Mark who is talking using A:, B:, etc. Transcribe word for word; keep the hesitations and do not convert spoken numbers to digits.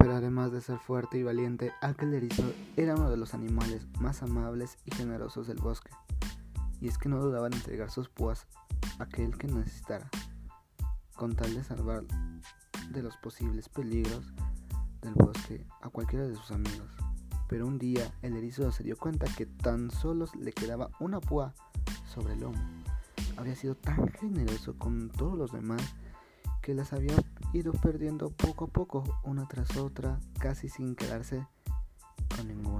A: Pero además de ser fuerte y valiente, aquel erizo era uno de los animales más amables y generosos del bosque. Y es que no dudaba en entregar sus púas a aquel que necesitara, con tal de salvar de los posibles peligros del bosque a cualquiera de sus amigos. Pero un día el erizo se dio cuenta que tan solo le quedaba una púa sobre el lomo. Había sido tan generoso con todos los demás que las había ido perdiendo poco a poco, una tras otra, casi sin quedarse con ninguna.